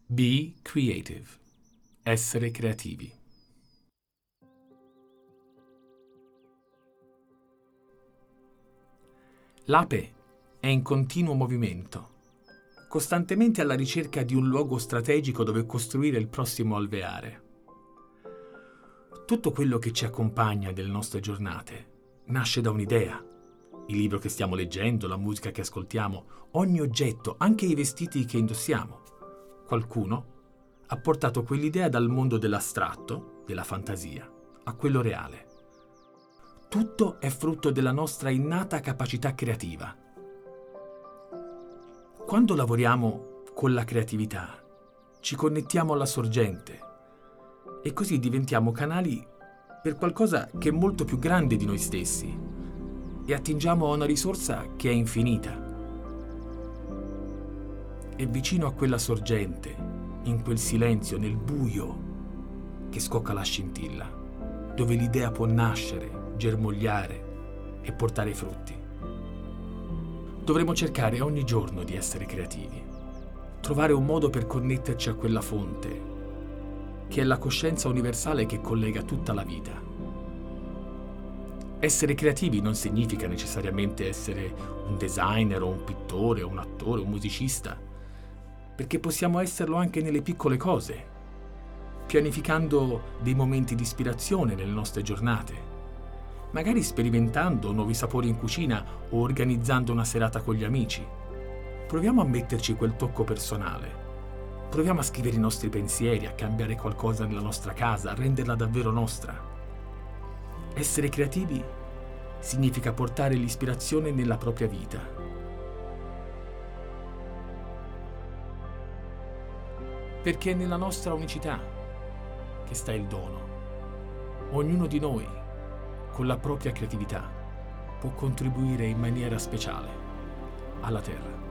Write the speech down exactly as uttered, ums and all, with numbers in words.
Be creative. Essere creativi. L'ape è in continuo movimento, costantemente alla ricerca di un luogo strategico dove costruire il prossimo alveare. Tutto quello che ci accompagna nelle nostre giornate nasce da un'idea. Il libro che stiamo leggendo, la musica che ascoltiamo, ogni oggetto, anche i vestiti che indossiamo. Qualcuno ha portato quell'idea dal mondo dell'astratto, della fantasia, a quello reale. Tutto è frutto della nostra innata capacità creativa. Quando lavoriamo con la creatività, ci connettiamo alla sorgente e così diventiamo canali per qualcosa che è molto più grande di noi stessi e attingiamo a una risorsa che è infinita. E vicino a quella sorgente, in quel silenzio, nel buio, che scocca la scintilla, dove l'idea può nascere, germogliare e portare frutti. Dovremo cercare ogni giorno di essere creativi, trovare un modo per connetterci a quella fonte, che è la coscienza universale che collega tutta la vita. Essere creativi non significa necessariamente essere un designer o un pittore o un attore o un musicista, perché possiamo esserlo anche nelle piccole cose, pianificando dei momenti di ispirazione nelle nostre giornate, magari sperimentando nuovi sapori in cucina o organizzando una serata con gli amici. Proviamo a metterci quel tocco personale. Proviamo a scrivere i nostri pensieri, a cambiare qualcosa nella nostra casa, a renderla davvero nostra. Essere creativi significa portare l'ispirazione nella propria vita. Perché è nella nostra unicità che sta il dono. Ognuno di noi, con la propria creatività, può contribuire in maniera speciale alla Terra.